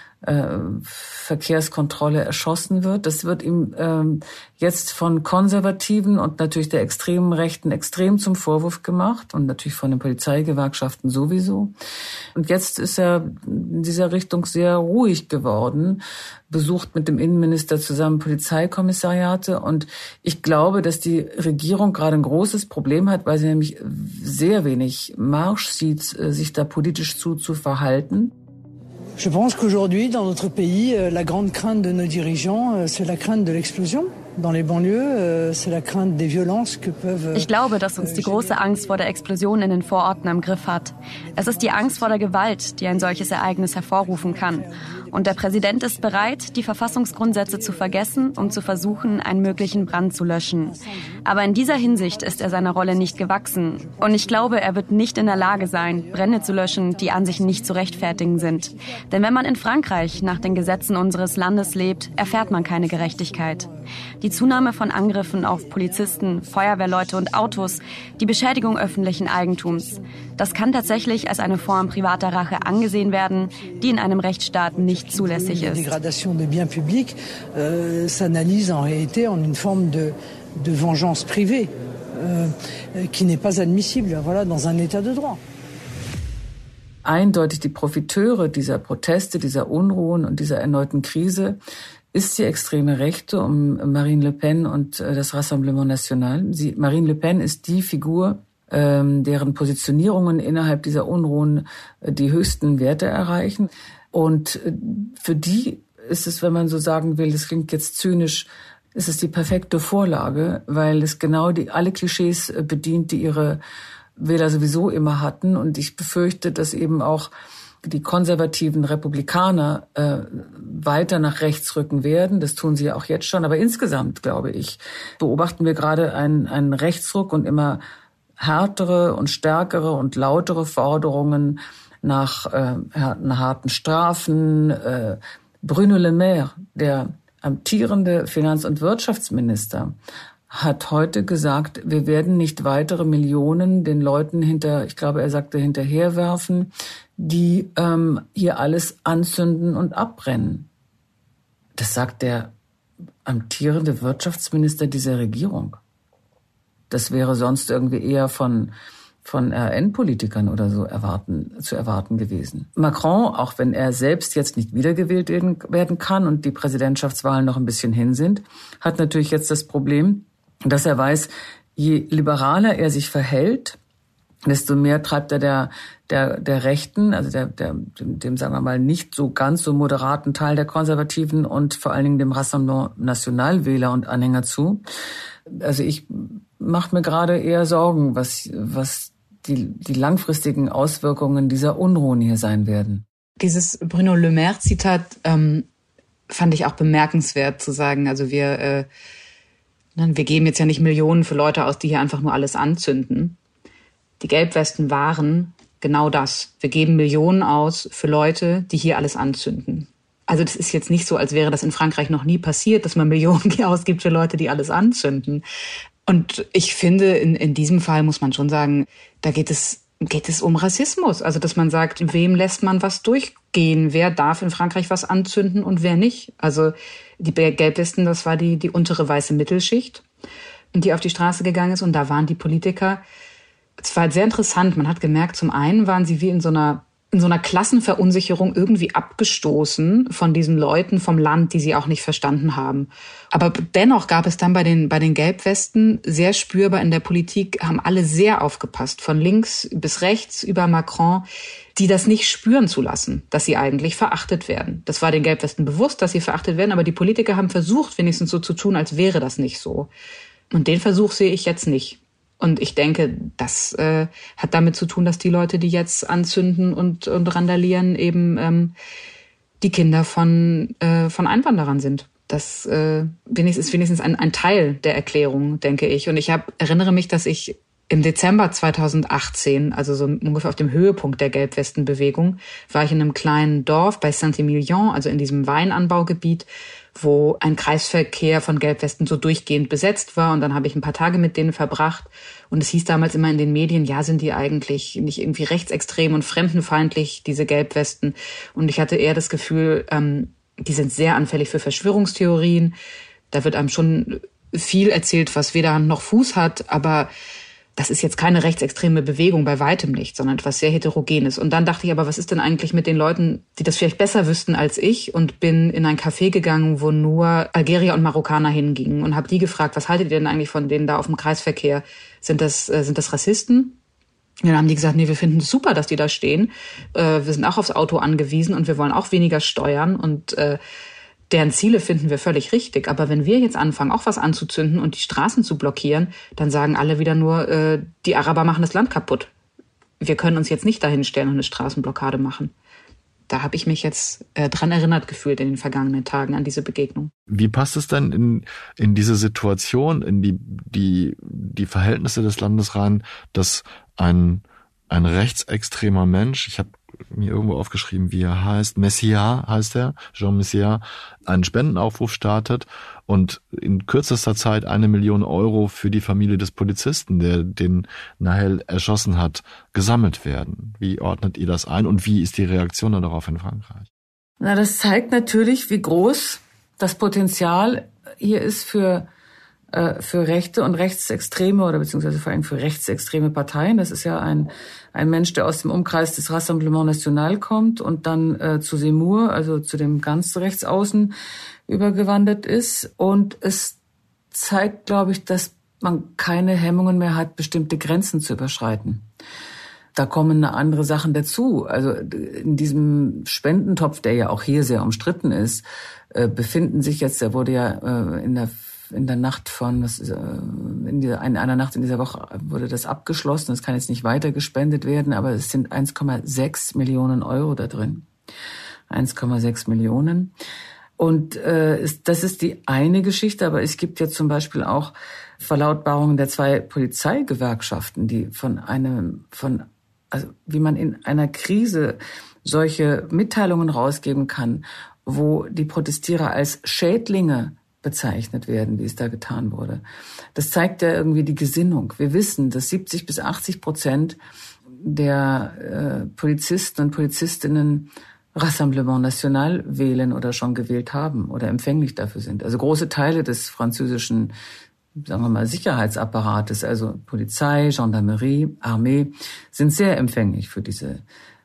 Verkehrskontrolle erschossen wird? Das wird ihm jetzt von Konservativen und natürlich der extremen Rechten extrem zum Vorwurf gemacht und natürlich von den Polizeigewerkschaften sowieso. Und jetzt ist er in dieser Richtung sehr ruhig geworden, besucht mit dem Innenminister zusammen Polizeikommissariate. Und ich glaube, dass die Regierung gerade ein großes Problem hat, weil sie nämlich sehr wenig Marsch sieht, sich da politisch zu verhalten. Je pense qu'aujourd'hui, dans notre pays, la grande crainte de nos dirigeants, c'est la crainte de l'explosion. Dans les banlieues, c'est la crainte des violences que peuvent. Ich glaube, dass uns die große Angst vor der Explosion in den Vororten im Griff hat. Es ist die Angst vor der Gewalt, die ein solches Ereignis hervorrufen kann. und der Präsident ist bereit, die Verfassungsgrundsätze zu vergessen, um zu versuchen, einen möglichen Brand zu löschen. Aber in dieser Hinsicht ist er seiner Rolle nicht gewachsen. Und ich glaube, er wird nicht in der Lage sein, Brände zu löschen, die an sich nicht zu rechtfertigen sind. Denn wenn man in Frankreich nach den Gesetzen unseres Landes lebt, erfährt man keine Gerechtigkeit. Die Zunahme von Angriffen auf Polizisten, Feuerwehrleute und Autos, die Beschädigung öffentlichen Eigentums, das kann tatsächlich als eine Form privater Rache angesehen werden, die in einem Rechtsstaat nicht zulässig ist. Die Dégradation des biens publics s'analyse en réalité en une forme de vengeance privée qui n'est pas admissible, voilà, dans un état de droit. Eindeutig die Profiteure dieser Proteste, dieser Unruhen und dieser erneuten Krise ist die extreme Rechte um Marine Le Pen und das Rassemblement National. Marine Le Pen ist die Figur, deren Positionierungen innerhalb dieser Unruhen die höchsten Werte erreichen. Und für die ist es, wenn man so sagen will, das klingt jetzt zynisch, ist es die perfekte Vorlage, weil es genau alle Klischees bedient, die ihre Wähler sowieso immer hatten. Und ich befürchte, dass eben auch die konservativen Republikaner weiter nach rechts rücken werden. Das tun sie ja auch jetzt schon. Aber insgesamt, glaube ich, beobachten wir gerade einen Rechtsruck und immer härtere und stärkere und lautere Forderungen nach harten Strafen. Bruno Le Maire, der amtierende Finanz- und Wirtschaftsminister, hat heute gesagt, wir werden nicht weitere Millionen den Leuten hinterherwerfen, die hier alles anzünden und abbrennen. Das sagt der amtierende Wirtschaftsminister dieser Regierung. Das wäre sonst irgendwie eher von RN-Politikern oder so zu erwarten gewesen. Macron, auch wenn er selbst jetzt nicht wiedergewählt werden kann und die Präsidentschaftswahlen noch ein bisschen hin sind, hat natürlich jetzt das Problem, dass er weiß, je liberaler er sich verhält, desto mehr treibt er der Rechten, also dem sagen wir mal nicht so ganz so moderaten Teil der Konservativen und vor allen Dingen dem Rassemblement National Wähler und Anhänger zu. Also ich mache mir gerade eher Sorgen, was die langfristigen Auswirkungen dieser Unruhen hier sein werden. Dieses Bruno Le Maire Zitat fand ich auch bemerkenswert zu sagen. Also wir geben jetzt ja nicht Millionen für Leute aus, die hier einfach nur alles anzünden. Die Gelbwesten waren genau das. Wir geben Millionen aus für Leute, die hier alles anzünden. Also das ist jetzt nicht so, als wäre das in Frankreich noch nie passiert, dass man Millionen ausgibt für Leute, die alles anzünden. Und ich finde, in diesem Fall muss man schon sagen, da geht es um Rassismus. Also dass man sagt, wem lässt man was durchgehen? Wer darf in Frankreich was anzünden und wer nicht? Also die Gelbwesten, das war die untere weiße Mittelschicht, die auf die Straße gegangen ist. Und da waren die Politiker. Es war sehr interessant. Man hat gemerkt, zum einen waren sie wie in so einer Klassenverunsicherung irgendwie abgestoßen von diesen Leuten vom Land, die sie auch nicht verstanden haben. Aber dennoch gab es dann bei den Gelbwesten sehr spürbar in der Politik, haben alle sehr aufgepasst, von links bis rechts über Macron, die das nicht spüren zu lassen, dass sie eigentlich verachtet werden. Das war den Gelbwesten bewusst, dass sie verachtet werden, aber die Politiker haben versucht, wenigstens so zu tun, als wäre das nicht so. Und den Versuch sehe ich jetzt nicht. Und ich denke, das hat damit zu tun, dass die Leute, die jetzt anzünden und randalieren, eben die Kinder von Einwanderern sind. Das ist wenigstens ein Teil der Erklärung, denke ich. Und ich erinnere mich, dass ich im Dezember 2018, also so ungefähr auf dem Höhepunkt der Gelbwestenbewegung, war ich in einem kleinen Dorf bei Saint-Emilion, also in diesem Weinanbaugebiet, wo ein Kreisverkehr von Gelbwesten so durchgehend besetzt war. Und dann habe ich ein paar Tage mit denen verbracht. Und es hieß damals immer in den Medien, ja, sind die eigentlich nicht irgendwie rechtsextrem und fremdenfeindlich, diese Gelbwesten? Und ich hatte eher das Gefühl, die sind sehr anfällig für Verschwörungstheorien. Da wird einem schon viel erzählt, was weder Hand noch Fuß hat. Aber das ist jetzt keine rechtsextreme Bewegung, bei weitem nicht, sondern etwas sehr Heterogenes. Und dann dachte ich aber, was ist denn eigentlich mit den Leuten, die das vielleicht besser wüssten als ich? Und bin in ein Café gegangen, wo nur Algerier und Marokkaner hingingen und habe die gefragt, was haltet ihr denn eigentlich von denen da auf dem Kreisverkehr? Sind das Rassisten? Und dann haben die gesagt, nee, wir finden es super, dass die da stehen. Wir sind auch aufs Auto angewiesen und wir wollen auch weniger steuern und deren Ziele finden wir völlig richtig. Aber wenn wir jetzt anfangen, auch was anzuzünden und die Straßen zu blockieren, dann sagen alle wieder nur, die Araber machen das Land kaputt. Wir können uns jetzt nicht dahin stellen und eine Straßenblockade machen. Da habe ich mich jetzt dran erinnert gefühlt in den vergangenen Tagen an diese Begegnung. Wie passt es denn in diese Situation, in die Verhältnisse des Landes rein, dass ein rechtsextremer Mensch, ich habe mir irgendwo aufgeschrieben, wie er heißt, Messiaen heißt er, Jean Messiaen, einen Spendenaufruf startet und in kürzester Zeit 1 Million Euro für die Familie des Polizisten, der den Nahel erschossen hat, gesammelt werden. Wie ordnet ihr das ein und wie ist die Reaktion darauf in Frankreich? Na, das zeigt natürlich, wie groß das Potenzial hier ist für rechte und rechtsextreme oder beziehungsweise vor allem für rechtsextreme Parteien. Das ist ja ein Mensch, der aus dem Umkreis des Rassemblement National kommt und dann zu Zemmour, also zu dem ganz Rechtsaußen, übergewandert ist. Und es zeigt, glaube ich, dass man keine Hemmungen mehr hat, bestimmte Grenzen zu überschreiten. Da kommen andere Sachen dazu. Also in diesem Spendentopf, der ja auch hier sehr umstritten ist, befinden sich jetzt, der wurde ja in der Nacht in einer Nacht in dieser Woche wurde das abgeschlossen. Das kann jetzt nicht weiter gespendet werden, aber es sind 1,6 Millionen Euro da drin. 1,6 Millionen. Und das ist die eine Geschichte, aber es gibt ja zum Beispiel auch Verlautbarungen der 2 Polizeigewerkschaften, die also wie man in einer Krise solche Mitteilungen rausgeben kann, wo die Protestierer als Schädlinge bezeichnet werden, wie es da getan wurde. Das zeigt ja irgendwie die Gesinnung. Wir wissen, dass 70-80% der Polizisten und Polizistinnen Rassemblement National wählen oder schon gewählt haben oder empfänglich dafür sind. Also große Teile des französischen, sagen wir mal, Sicherheitsapparates, also Polizei, Gendarmerie, Armee, sind sehr empfänglich für diese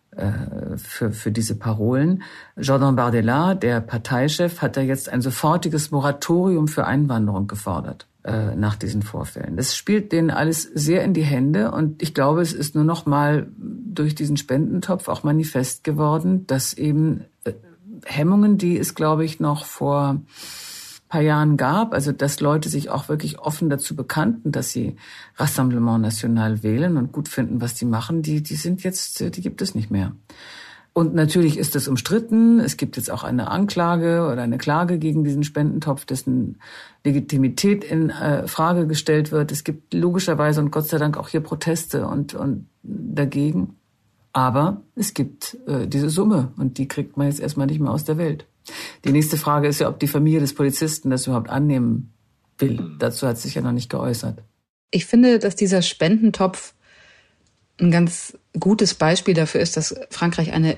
Parolen. Jordan Bardella, der Parteichef, hat da jetzt ein sofortiges Moratorium für Einwanderung gefordert nach diesen Vorfällen. Das spielt denen alles sehr in die Hände und ich glaube, es ist nur noch mal durch diesen Spendentopf auch manifest geworden, dass eben Hemmungen, die es, glaube ich, noch vor paar Jahren gab, also dass Leute sich auch wirklich offen dazu bekannten, dass sie Rassemblement National wählen und gut finden, was die machen, die gibt es nicht mehr. Und natürlich ist das umstritten. Es gibt jetzt auch eine Anklage oder eine Klage gegen diesen Spendentopf, dessen Legitimität in Frage gestellt wird. Es gibt logischerweise und Gott sei Dank auch hier Proteste und dagegen. Aber es gibt diese Summe und die kriegt man jetzt erstmal nicht mehr aus der Welt. Die nächste Frage ist ja, ob die Familie des Polizisten das überhaupt annehmen will. Dazu hat sich ja noch nicht geäußert. Ich finde, dass dieser Spendentopf ein ganz gutes Beispiel dafür ist, dass Frankreich ein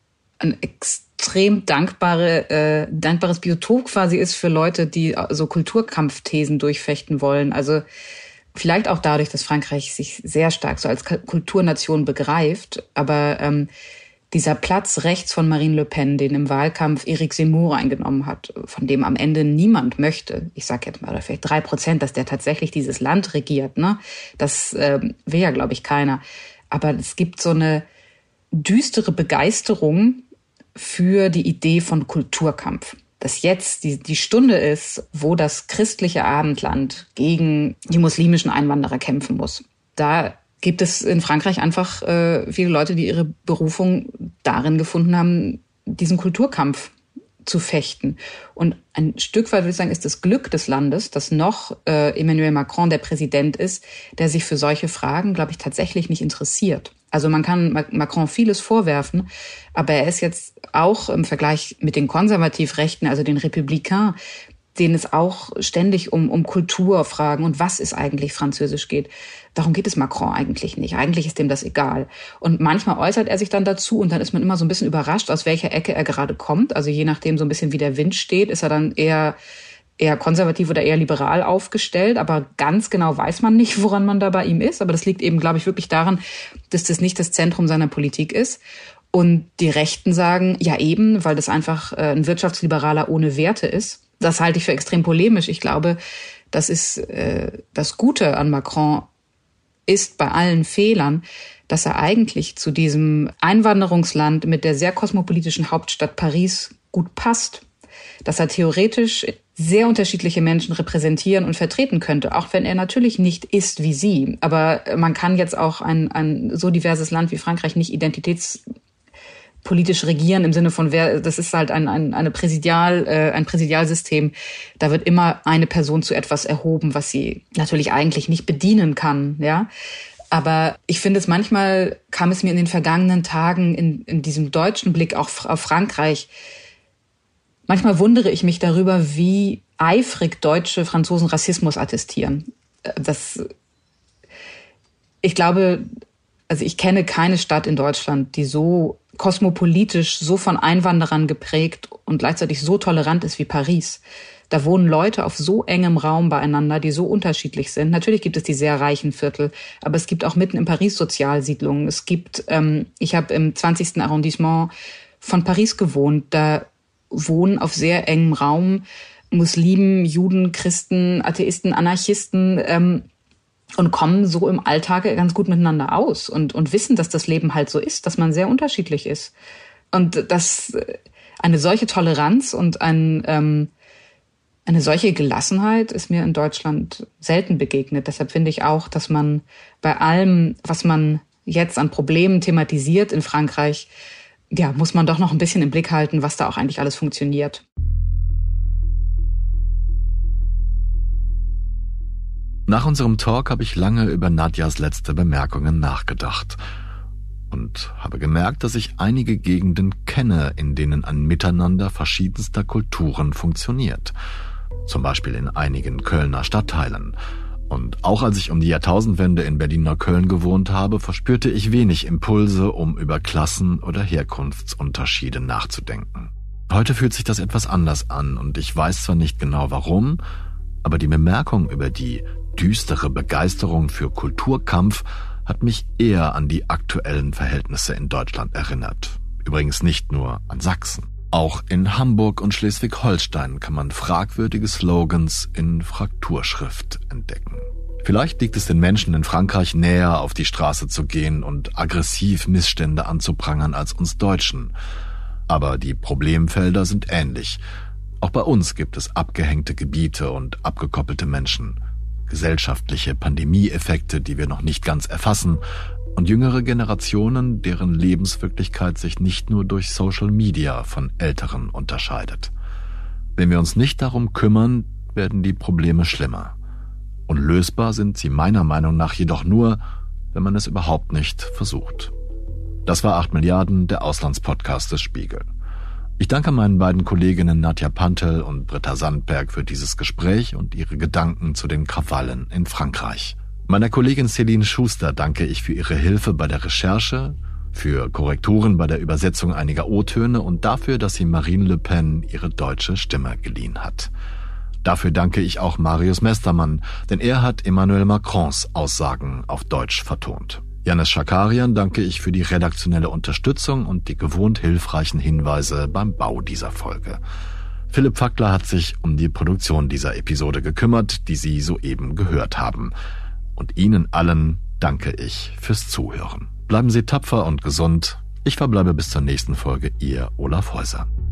extrem dankbares Biotop quasi ist für Leute, die so Kulturkampfthesen durchfechten wollen. Also vielleicht auch dadurch, dass Frankreich sich sehr stark so als Kulturnation begreift, aber dieser Platz rechts von Marine Le Pen, den im Wahlkampf Éric Zemmour eingenommen hat, von dem am Ende niemand möchte, ich sage jetzt mal, oder vielleicht 3%, dass der tatsächlich dieses Land regiert, ne? Das will ja, glaube ich, keiner. Aber es gibt so eine düstere Begeisterung für die Idee von Kulturkampf. Dass jetzt die Stunde ist, wo das christliche Abendland gegen die muslimischen Einwanderer kämpfen muss. Da gibt es in Frankreich einfach viele Leute, die ihre Berufung darin gefunden haben, diesen Kulturkampf zu fechten. Und ein Stück weit, würde ich sagen, ist das Glück des Landes, dass noch Emmanuel Macron der Präsident ist, der sich für solche Fragen, glaube ich, tatsächlich nicht interessiert. Also man kann Macron vieles vorwerfen, aber er ist jetzt auch im Vergleich mit den Konservativrechten, also den Républicains, denen es auch ständig um Kulturfragen und was ist eigentlich Französisch geht. Darum geht es Macron eigentlich nicht. Eigentlich ist dem das egal. Und manchmal äußert er sich dann dazu und dann ist man immer so ein bisschen überrascht, aus welcher Ecke er gerade kommt. Also je nachdem so ein bisschen, wie der Wind steht, ist er dann eher konservativ oder eher liberal aufgestellt. Aber ganz genau weiß man nicht, woran man da bei ihm ist. Aber das liegt eben, glaube ich, wirklich daran, dass das nicht das Zentrum seiner Politik ist. Und die Rechten sagen, ja eben, weil das einfach ein Wirtschaftsliberaler ohne Werte ist. Das halte ich für extrem polemisch. Ich glaube, das ist das Gute an Macron ist bei allen Fehlern, dass er eigentlich zu diesem Einwanderungsland mit der sehr kosmopolitischen Hauptstadt Paris gut passt. Dass er theoretisch sehr unterschiedliche Menschen repräsentieren und vertreten könnte, auch wenn er natürlich nicht ist wie sie. Aber man kann jetzt auch ein so diverses Land wie Frankreich nicht politisch regieren im Sinne von das ist halt ein Präsidialsystem. Da wird immer eine Person zu etwas erhoben, was sie natürlich eigentlich nicht bedienen kann, ja. Aber ich finde manchmal kam es mir in den vergangenen Tagen in diesem deutschen Blick auch auf Frankreich. Manchmal wundere ich mich darüber, wie eifrig Deutsche Franzosen Rassismus attestieren. Ich glaube, also ich kenne keine Stadt in Deutschland, die so kosmopolitisch, so von Einwanderern geprägt und gleichzeitig so tolerant ist wie Paris. Da wohnen Leute auf so engem Raum beieinander, die so unterschiedlich sind. Natürlich gibt es die sehr reichen Viertel, aber es gibt auch mitten in Paris Sozialsiedlungen. Ich habe im 20. Arrondissement von Paris gewohnt. Da wohnen auf sehr engem Raum Muslimen, Juden, Christen, Atheisten, Anarchisten und kommen so im Alltag ganz gut miteinander aus und wissen, dass das Leben halt so ist, dass man sehr unterschiedlich ist. Und dass eine solche Toleranz und eine solche Gelassenheit ist mir in Deutschland selten begegnet. Deshalb finde ich auch, dass man bei allem, was man jetzt an Problemen thematisiert in Frankreich, ja, muss man doch noch ein bisschen im Blick halten, was da auch eigentlich alles funktioniert. Nach unserem Talk habe ich lange über Nadjas letzte Bemerkungen nachgedacht und habe gemerkt, dass ich einige Gegenden kenne, in denen ein Miteinander verschiedenster Kulturen funktioniert. Zum Beispiel in einigen Kölner Stadtteilen. Und auch als ich um die Jahrtausendwende in Berlin-Neukölln gewohnt habe, verspürte ich wenig Impulse, um über Klassen- oder Herkunftsunterschiede nachzudenken. Heute fühlt sich das etwas anders an und ich weiß zwar nicht genau warum, aber die Bemerkung über die düstere Begeisterung für Kulturkampf hat mich eher an die aktuellen Verhältnisse in Deutschland erinnert. Übrigens nicht nur an Sachsen. Auch in Hamburg und Schleswig-Holstein kann man fragwürdige Slogans in Frakturschrift entdecken. Vielleicht liegt es den Menschen in Frankreich näher, auf die Straße zu gehen und aggressiv Missstände anzuprangern als uns Deutschen. Aber die Problemfelder sind ähnlich. Auch bei uns gibt es abgehängte Gebiete und abgekoppelte Menschen, gesellschaftliche Pandemieeffekte, die wir noch nicht ganz erfassen, und jüngere Generationen, deren Lebenswirklichkeit sich nicht nur durch Social Media von älteren unterscheidet. Wenn wir uns nicht darum kümmern, werden die Probleme schlimmer. Und lösbar sind sie meiner Meinung nach jedoch nur, wenn man es überhaupt nicht versucht. Das war 8 Milliarden, der Auslandspodcast des Spiegel. Ich danke meinen beiden Kolleginnen Nadja Pantel und Britta Sandberg für dieses Gespräch und ihre Gedanken zu den Krawallen in Frankreich. Meiner Kollegin Celine Schuster danke ich für ihre Hilfe bei der Recherche, für Korrekturen bei der Übersetzung einiger O-Töne und dafür, dass sie Marine Le Pen ihre deutsche Stimme geliehen hat. Dafür danke ich auch Marius Mestermann, denn er hat Emmanuel Macrons Aussagen auf Deutsch vertont. Janis Schakarian danke ich für die redaktionelle Unterstützung und die gewohnt hilfreichen Hinweise beim Bau dieser Folge. Philipp Fackler hat sich um die Produktion dieser Episode gekümmert, die Sie soeben gehört haben. Und Ihnen allen danke ich fürs Zuhören. Bleiben Sie tapfer und gesund. Ich verbleibe bis zur nächsten Folge, Ihr Olaf Häuser.